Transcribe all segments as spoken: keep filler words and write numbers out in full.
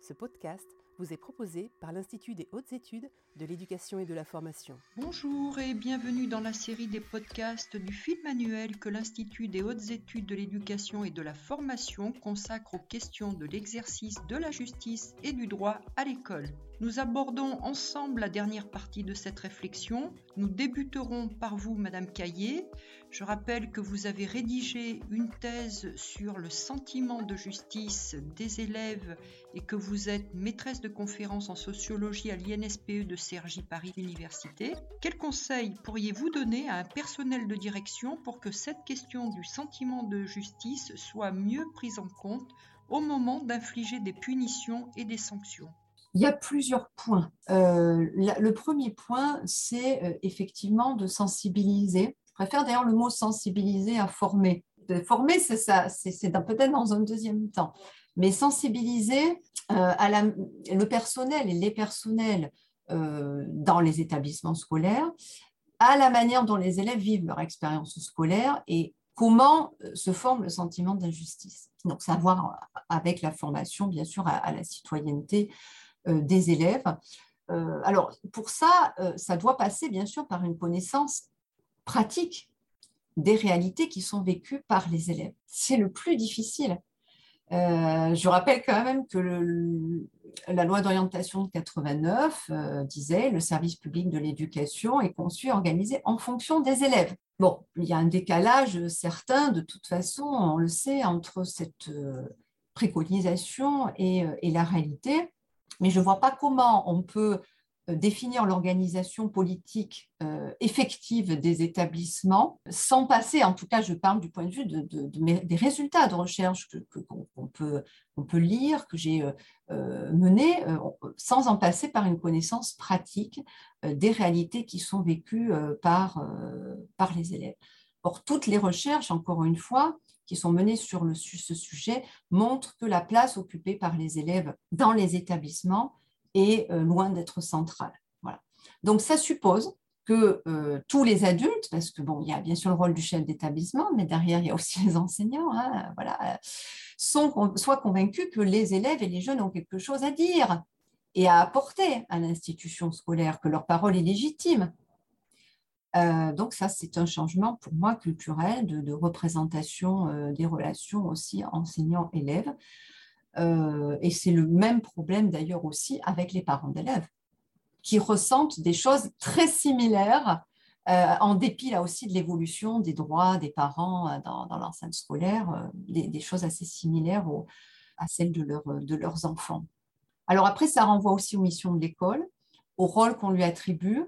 Ce podcast vous est proposé par l'Institut des hautes études de l'éducation et de la formation. Bonjour et bienvenue dans la série des podcasts du film annuel que l'Institut des hautes études de l'éducation et de la formation consacre aux questions de l'exercice de la justice et du droit à l'école. Nous abordons ensemble la dernière partie de cette réflexion. Nous débuterons par vous, Madame Caillé. Je rappelle que vous avez rédigé une thèse sur le sentiment de justice des élèves et que vous êtes maîtresse de conférence en sociologie à l'I N S P E de Cergy Paris Université. Quels conseils pourriez-vous donner à un personnel de direction pour que cette question du sentiment de justice soit mieux prise en compte au moment d'infliger des punitions et des sanctions ? Il y a plusieurs points. Euh, la, le premier point, c'est euh, effectivement de sensibiliser. Je préfère d'ailleurs le mot sensibiliser à former. De former, c'est, ça, c'est, c'est peut-être dans un deuxième temps. Mais sensibiliser euh, à la, le personnel et les personnels euh, dans les établissements scolaires à la manière dont les élèves vivent leur expérience scolaire et comment se forme le sentiment d'injustice. Donc, ça a à voir avec la formation, bien sûr, à, à la citoyenneté euh, des élèves. Euh, alors, pour ça, euh, ça doit passer, bien sûr, par une connaissance pratique des réalités qui sont vécues par les élèves. C'est le plus difficile. Euh, je rappelle quand même que le, la loi d'orientation de quatre-vingt-neuf euh, disait le service public de l'éducation est conçu et organisé en fonction des élèves. Bon, il y a un décalage certain, de toute façon, on le sait, entre cette euh, préconisation et, euh, et la réalité, mais je ne vois pas comment on peut définir l'organisation politique euh, effective des établissements sans passer, en tout cas je parle du point de vue de, de, de mes, des résultats de recherche que, que, qu'on, peut, qu'on peut lire, que j'ai euh, menés, euh, sans en passer par une connaissance pratique euh, des réalités qui sont vécues euh, par, euh, par les élèves. Or, toutes les recherches, encore une fois, qui sont menées sur le, ce sujet, montrent que la place occupée par les élèves dans les établissements est euh, loin d'être centrale. Voilà. Donc, ça suppose que euh, tous les adultes, parce que bon, il y a bien sûr le rôle du chef d'établissement, mais derrière, il y a aussi les enseignants, hein, voilà, sont, soient convaincus que les élèves et les jeunes ont quelque chose à dire et à apporter à l'institution scolaire, que leur parole est légitime. Euh, donc ça, c'est un changement pour moi culturel de, de représentation euh, des relations aussi enseignants-élèves. Euh, et c'est le même problème d'ailleurs aussi avec les parents d'élèves qui ressentent des choses très similaires euh, en dépit là aussi de l'évolution des droits des parents euh, dans, dans l'enceinte scolaire, euh, des, des choses assez similaires au, à celles de, leur, de leurs enfants. Alors après, ça renvoie aussi aux missions de l'école, au rôle qu'on lui attribue.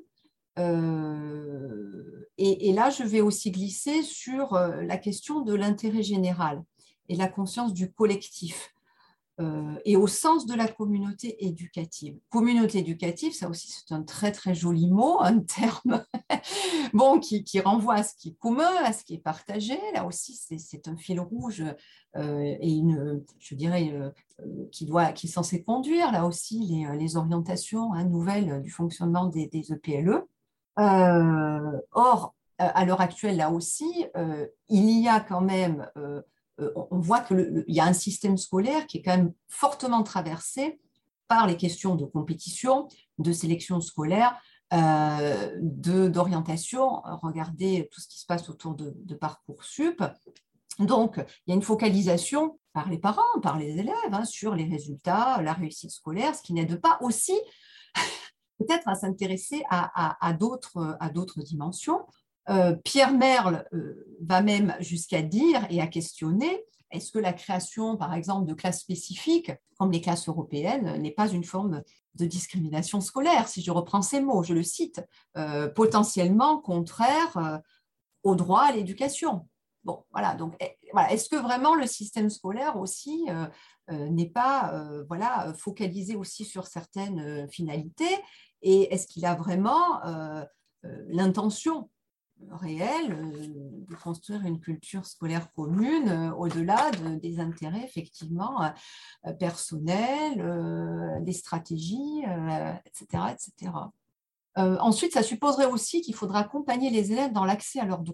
Euh, et, et là, je vais aussi glisser sur euh, la question de l'intérêt général et la conscience du collectif. Euh, et au sens de la communauté éducative. Communauté éducative, ça aussi c'est un très très joli mot, un terme bon, qui, qui renvoie à ce qui est commun, à ce qui est partagé. Là aussi, c'est, c'est un fil rouge euh, et une, je dirais, euh, qui, doit, qui est censé conduire là aussi les, les orientations hein, nouvelles du fonctionnement des, des E P L E. Euh, or, à l'heure actuelle, là aussi, euh, il y a quand même... Euh, on voit qu'il y a un système scolaire qui est quand même fortement traversé par les questions de compétition, de sélection scolaire, euh, de, d'orientation. Regardez tout ce qui se passe autour de, de Parcoursup. Donc, il y a une focalisation par les parents, par les élèves, hein, sur les résultats, la réussite scolaire, ce qui n'aide pas aussi peut-être à s'intéresser à, à, à, d'autres, à d'autres dimensions. Euh, Pierre Merle euh, va même jusqu'à dire et à questionner est-ce que la création, par exemple, de classes spécifiques, comme les classes européennes, n'est pas une forme de discrimination scolaire, si je reprends ces mots, je le cite, euh, potentiellement contraire euh, au droit à l'éducation. Bon, voilà, donc voilà, est-ce que vraiment le système scolaire aussi euh, euh, n'est pas euh, voilà, focalisé aussi sur certaines euh, finalités et est-ce qu'il a vraiment euh, euh, l'intention réel euh, de construire une culture scolaire commune euh, au-delà de, des intérêts effectivement euh, personnels, euh, des stratégies, euh, et cetera, et cetera. Euh, ensuite, ça supposerait aussi qu'il faudra accompagner les élèves dans l'accès à leurs droits.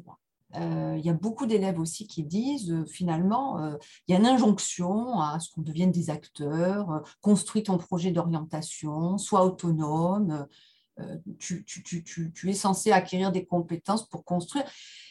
Euh, il y a beaucoup d'élèves aussi qui disent, euh, finalement, euh, il y a une injonction à ce qu'on devienne des acteurs, euh, construis ton projet d'orientation, sois autonome, euh, tu, tu, tu, tu, tu es censé acquérir des compétences pour construire.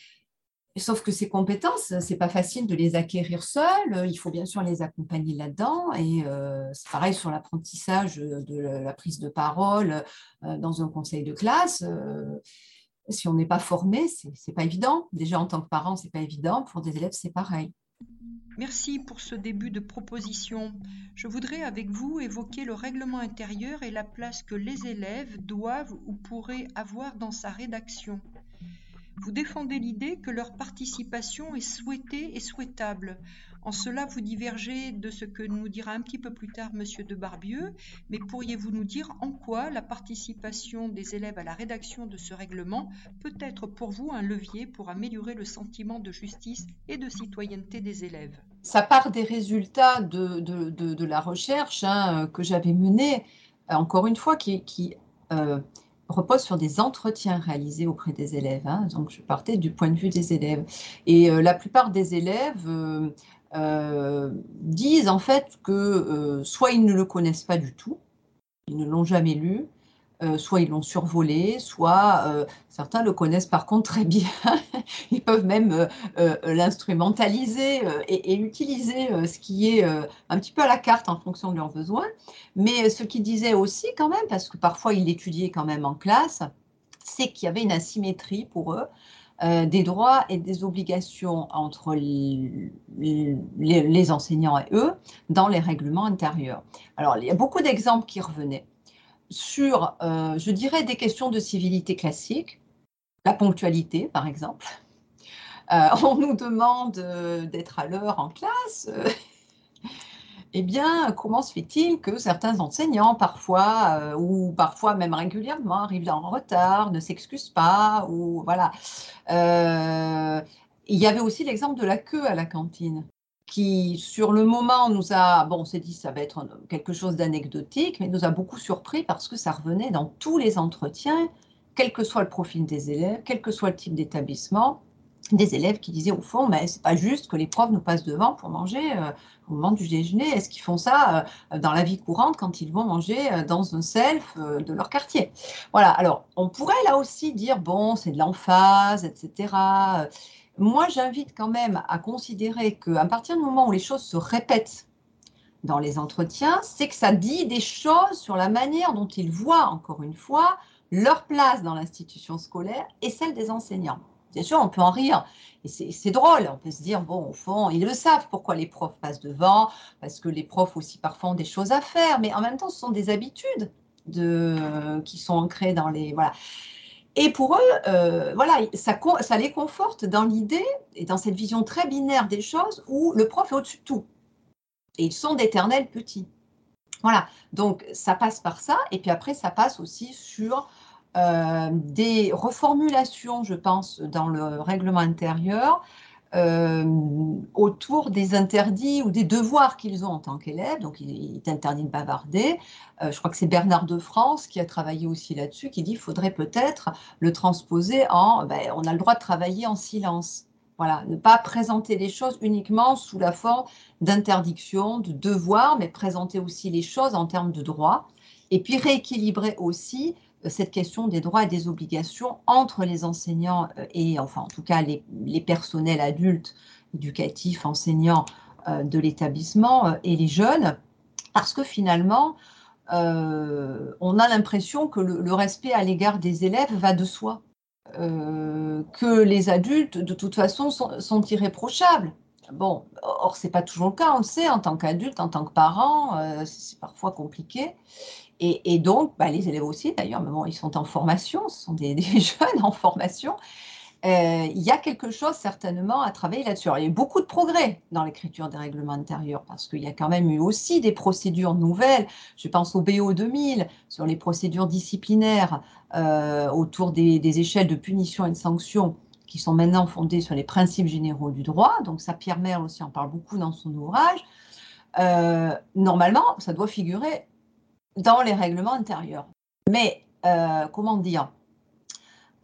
Sauf que ces compétences, c'est pas facile de les acquérir seules. Il faut bien sûr les accompagner là-dedans. Et euh, c'est pareil sur l'apprentissage de la prise de parole euh, dans un conseil de classe. Euh, si on n'est pas formé, c'est c'est pas évident. Déjà en tant que parent, c'est pas évident. Pour des élèves, c'est pareil. Merci pour ce début de proposition. Je voudrais avec vous évoquer le règlement intérieur et la place que les élèves doivent ou pourraient avoir dans sa rédaction. Vous défendez l'idée que leur participation est souhaitée et souhaitable. En cela, vous divergez de ce que nous dira un petit peu plus tard M. de Barbieux, mais pourriez-vous nous dire en quoi la participation des élèves à la rédaction de ce règlement peut être pour vous un levier pour améliorer le sentiment de justice et de citoyenneté des élèves? Ça part des résultats de, de, de, de la recherche, hein, que j'avais menée, encore une fois, qui, qui euh, repose sur des entretiens réalisés auprès des élèves. Hein. Donc, je partais du point de vue des élèves. Et euh, la plupart des élèves euh, euh, disent en fait que euh, soit ils ne le connaissent pas du tout, ils ne l'ont jamais lu, euh, soit ils l'ont survolé, soit euh, certains le connaissent par contre très bien. Ils peuvent même euh, euh, l'instrumentaliser euh, et, et utiliser euh, ce qui est euh, un petit peu à la carte en fonction de leurs besoins. Mais ce qu'ils disaient aussi quand même, parce que parfois ils l'étudiaient quand même en classe, c'est qu'il y avait une asymétrie pour eux euh, des droits et des obligations entre les, les, les enseignants et eux dans les règlements intérieurs. Alors, il y a beaucoup d'exemples qui revenaient sur, euh, je dirais, des questions de civilité classique, la ponctualité, par exemple. Euh, on nous demande euh, d'être à l'heure en classe. Euh, eh bien, comment se fait-il que certains enseignants, parfois, euh, ou parfois même régulièrement, arrivent en retard, ne s'excusent pas, ou voilà. Euh, il y avait aussi l'exemple de la queue à la cantine, qui, sur le moment, nous a, bon, on s'est dit ça va être quelque chose d'anecdotique, mais nous a beaucoup surpris parce que ça revenait dans tous les entretiens, quel que soit le profil des élèves, quel que soit le type d'établissement, des élèves qui disaient au fond, mais c'est pas juste que les profs nous passent devant pour manger euh, au moment du déjeuner. Est-ce qu'ils font ça euh, dans la vie courante quand ils vont manger euh, dans un self euh, de leur quartier? Voilà. Alors, on pourrait là aussi dire bon, c'est de l'emphase, et cetera. Moi, j'invite quand même à considérer qu'à partir du moment où les choses se répètent dans les entretiens, c'est que ça dit des choses sur la manière dont ils voient, encore une fois, leur place dans l'institution scolaire et celle des enseignants. Bien sûr, on peut en rire, et c'est drôle, on peut se dire, bon, au fond, ils le savent pourquoi les profs passent devant, parce que les profs aussi parfois ont des choses à faire, mais en même temps, ce sont des habitudes de, qui sont ancrées dans les... Voilà. Et pour eux, euh, voilà, ça, ça les conforte dans l'idée et dans cette vision très binaire des choses où le prof est au-dessus de tout. Et ils sont d'éternels petits. Voilà, donc ça passe par ça, et puis après ça passe aussi sur euh, des reformulations, je pense, dans le règlement intérieur, euh, autour des interdits ou des devoirs qu'ils ont en tant qu'élèves. Donc il est interdit de bavarder. Euh, je crois que c'est Bernard de France qui a travaillé aussi là-dessus, qui dit qu'il faudrait peut-être le transposer en, ben, on a le droit de travailler en silence. Voilà, ne pas présenter les choses uniquement sous la forme d'interdiction, de devoir, mais présenter aussi les choses en termes de droits. Et puis rééquilibrer aussi cette question des droits et des obligations entre les enseignants et, enfin, en tout cas, les, les personnels adultes, éducatifs, enseignants euh, de l'établissement euh, et les jeunes, parce que finalement, euh, on a l'impression que le, le respect à l'égard des élèves va de soi. Euh, que les adultes, de toute façon, sont, sont irréprochables. Bon, or, ce n'est pas toujours le cas, on le sait, en tant qu'adulte, en tant que parent, euh, c'est parfois compliqué. Et, et donc, bah, les élèves aussi, d'ailleurs, mais bon, ils sont en formation, ce sont des, des jeunes en formation. Euh, il y a quelque chose certainement à travailler là-dessus. Il y a eu beaucoup de progrès dans l'écriture des règlements intérieurs parce qu'il y a quand même eu aussi des procédures nouvelles. Je pense au B O deux mille sur les procédures disciplinaires euh, autour des, des échelles de punition et de sanction qui sont maintenant fondées sur les principes généraux du droit. Donc ça, Pierre Merle aussi en parle beaucoup dans son ouvrage. Euh, normalement, ça doit figurer dans les règlements intérieurs. Mais, euh, comment dire,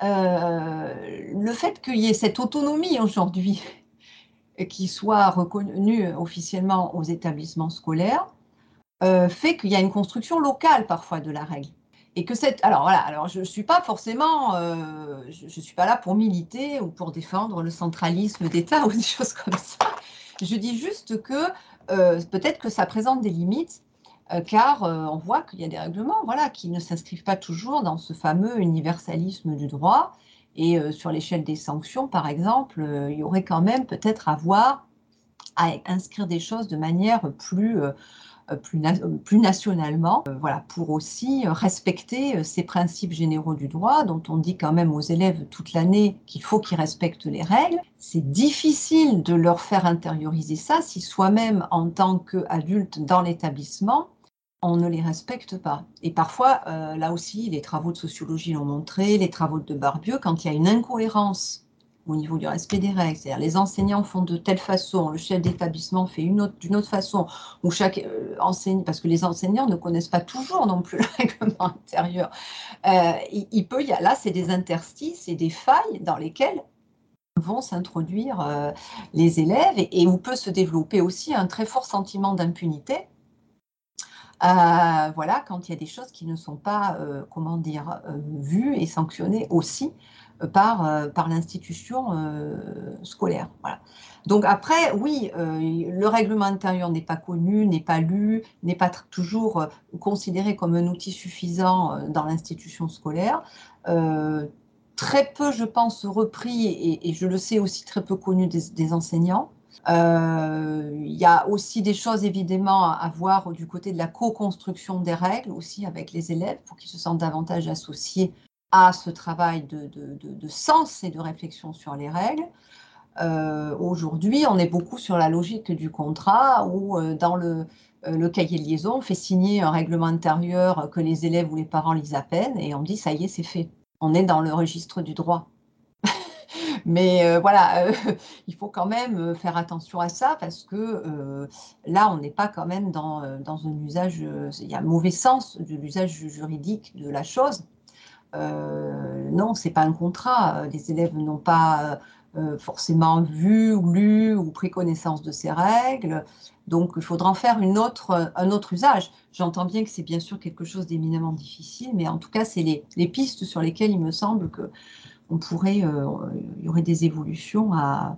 euh, le fait qu'il y ait cette autonomie aujourd'hui et qui soit reconnue officiellement aux établissements scolaires, euh, fait qu'il y a une construction locale parfois de la règle. Et que cette, alors voilà, alors je ne suis pas forcément, euh, je, je suis pas là pour militer ou pour défendre le centralisme d'État ou des choses comme ça. Je dis juste que euh, peut-être que ça présente des limites, euh, car euh, on voit qu'il y a des règlements, voilà, qui ne s'inscrivent pas toujours dans ce fameux universalisme du droit. Et euh, sur l'échelle des sanctions, par exemple, euh, il y aurait quand même peut-être à voir à inscrire des choses de manière plus euh, plus, na plus nationalement, euh, voilà, pour aussi respecter euh, ces principes généraux du droit dont on dit quand même aux élèves toute l'année qu'il faut qu'ils respectent les règles. C'est difficile de leur faire intérioriser ça si soi-même, en tant qu'adulte dans l'établissement, on ne les respecte pas. Et parfois, euh, là aussi, les travaux de sociologie l'ont montré, les travaux de Barbieux, quand il y a une incohérence au niveau du respect des règles, c'est-à-dire les enseignants font de telle façon, le chef d'établissement fait une autre, d'une autre façon, ou chaque euh, enseignant, parce que les enseignants ne connaissent pas toujours non plus le règlement intérieur, euh, il, il peut y a, là, c'est des interstices et des failles dans lesquelles vont s'introduire euh, les élèves et, et où peut se développer aussi un très fort sentiment d'impunité. Euh, voilà, quand il y a des choses qui ne sont pas, euh, comment dire, euh, vues et sanctionnées aussi euh, par, euh, par l'institution euh, scolaire. Voilà. Donc après, oui, euh, le règlement intérieur n'est pas connu, n'est pas lu, n'est pas toujours euh, considéré comme un outil suffisant euh, dans l'institution scolaire. Euh, très peu, je pense, repris, et, et je le sais aussi, très peu connu des, des enseignants. Euh, il y a aussi des choses évidemment à voir du côté de la co-construction des règles aussi avec les élèves pour qu'ils se sentent davantage associés à ce travail de, de, de, de sens et de réflexion sur les règles. Euh, aujourd'hui, on est beaucoup sur la logique du contrat où euh, dans le, euh, le cahier de liaison, on fait signer un règlement intérieur que les élèves ou les parents lisent à peine et on dit ça y est, c'est fait. On est dans le registre du droit. Mais euh, voilà, euh, il faut quand même faire attention à ça parce que euh, là, on n'est pas quand même dans, euh, dans un usage, euh, il y a un mauvais sens de l'usage juridique de la chose. Euh, non, c'est pas un contrat. Les élèves n'ont pas euh, forcément vu ou lu ou pris connaissance de ces règles. Donc, il faudra en faire une autre, un autre usage. J'entends bien que c'est bien sûr quelque chose d'éminemment difficile, mais en tout cas, c'est les, les pistes sur lesquelles il me semble que on pourrait, euh, il y aurait des évolutions à,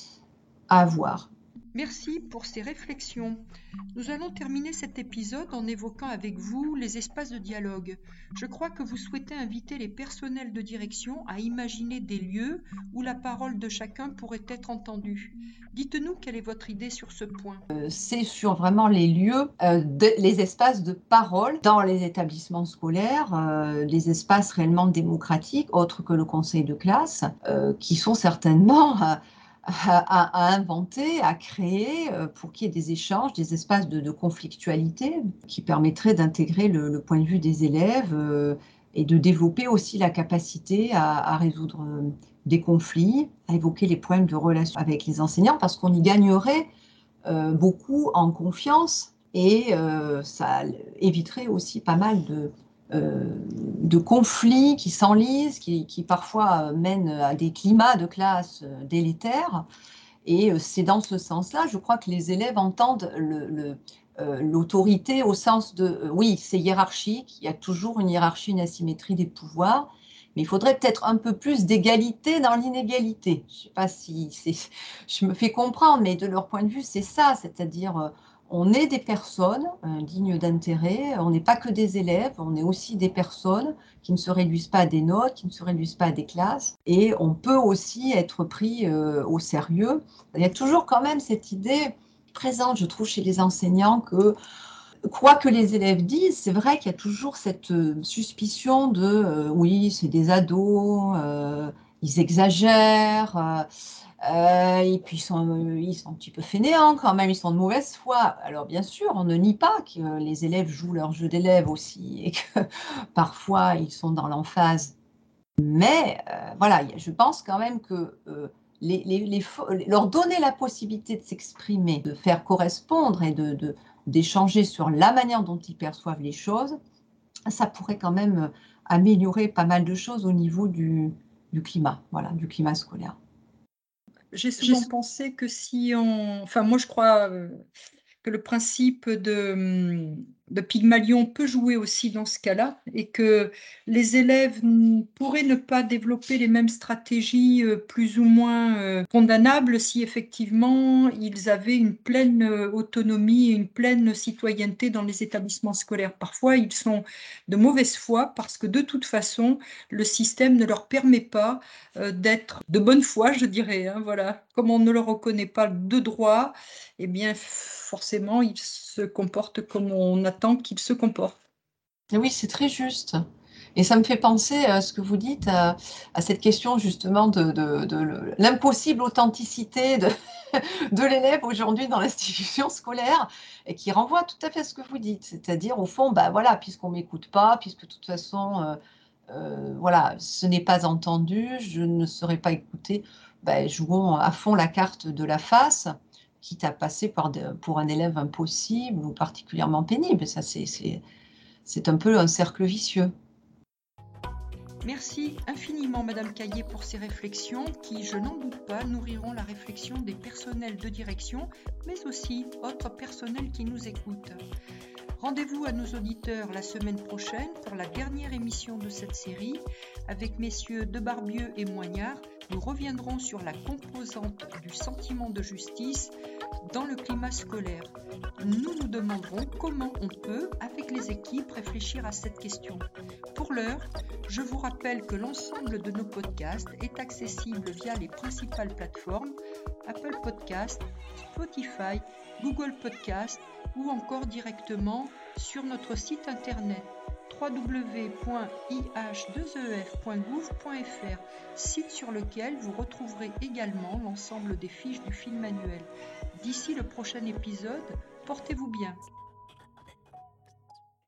à avoir. Merci pour ces réflexions. Nous allons terminer cet épisode en évoquant avec vous les espaces de dialogue. Je crois que vous souhaitez inviter les personnels de direction à imaginer des lieux où la parole de chacun pourrait être entendue. Dites-nous quelle est votre idée sur ce point. Euh, c'est sur vraiment les lieux, euh, de, les espaces de parole dans les établissements scolaires, euh, les espaces réellement démocratiques, autres que le conseil de classe, euh, qui sont certainement à, à, à inventer, à créer, euh, pour qu'il y ait des échanges, des espaces de, de conflictualité qui permettraient d'intégrer le, le point de vue des élèves euh, et de développer aussi la capacité à, à résoudre euh, des conflits, à évoquer les problèmes de relation avec les enseignants, parce qu'on y gagnerait euh, beaucoup en confiance et euh, ça éviterait aussi pas mal de, euh, de conflits qui s'enlisent, qui, qui parfois mènent à des climats de classe délétères. Et c'est dans ce sens-là, je crois que les élèves entendent le, le, euh, l'autorité au sens de, euh, oui, c'est hiérarchique, il y a toujours une hiérarchie, une asymétrie des pouvoirs, mais il faudrait peut-être un peu plus d'égalité dans l'inégalité. Je ne sais pas si c'est, je me fais comprendre, mais de leur point de vue, c'est ça, c'est-à-dire euh, on est des personnes euh, dignes d'intérêt, on n'est pas que des élèves, on est aussi des personnes qui ne se réduisent pas à des notes, qui ne se réduisent pas à des classes, et on peut aussi être pris euh, au sérieux. Il y a toujours quand même cette idée présente, je trouve, chez les enseignants que, quoi que les élèves disent, c'est vrai qu'il y a toujours cette euh, suspicion de euh, oui, c'est des ados, euh, ils exagèrent, euh, euh, et puis ils sont, ils sont un petit peu fainéants quand même, ils sont de mauvaise foi. Alors bien sûr, on ne nie pas que les élèves jouent leur jeu d'élève aussi, et que parfois ils sont dans l'emphase. Mais euh, voilà, je pense quand même que euh, les, les, les, leur donner la possibilité de s'exprimer, de faire correspondre et de, de, d'échanger sur la manière dont ils perçoivent les choses, ça pourrait quand même améliorer pas mal de choses au niveau du, du climat, voilà, du climat scolaire. J'ai souvent pensé que si on... Enfin, moi, je crois euh, que le principe de, de Pygmalion peut jouer aussi dans ce cas-là et que les élèves n- pourraient ne pas développer les mêmes stratégies euh, plus ou moins euh, condamnables si effectivement ils avaient une pleine euh, autonomie et une pleine citoyenneté dans les établissements scolaires. Parfois, ils sont de mauvaise foi parce que de toute façon, le système ne leur permet pas euh, d'être de bonne foi, je dirais. Hein, voilà. Comme on ne leur reconnaît pas de droit, eh bien, forcément, ils se comportent comme on attend qu'ils se comportent. Et oui, c'est très juste. Et ça me fait penser à ce que vous dites, à, à cette question justement de, de, de le- l'impossible authenticité de, de l'élève aujourd'hui dans l'institution scolaire, et qui renvoie tout à fait à ce que vous dites. C'est-à-dire, au fond, bah voilà, puisqu'on ne m'écoute pas, puisque de toute façon, euh, euh, voilà, ce n'est pas entendu, je ne serai pas écoutée, bah, jouons à fond la carte de la face, quitte à passer par de- pour un élève impossible ou particulièrement pénible. Ça, c'est, c'est, c'est un peu un cercle vicieux. Merci infiniment Madame Caillé pour ces réflexions qui, je n'en doute pas, nourriront la réflexion des personnels de direction, mais aussi autres personnels qui nous écoutent. Rendez-vous à nos auditeurs la semaine prochaine pour la dernière émission de cette série. Avec messieurs Debarbieux et Moignard, nous reviendrons sur la composante du sentiment de justice dans le climat scolaire. Nous nous demanderons comment on peut, avec les équipes, réfléchir à cette question. Pour l'heure, je vous rappelle que l'ensemble de nos podcasts est accessible via les principales plateformes Apple Podcasts, Spotify, Google Podcasts ou encore directement sur notre site internet w w w point i h deux e f point gouv point f r, site sur lequel vous retrouverez également l'ensemble des fiches du film manuel. D'ici le prochain épisode, portez-vous bien.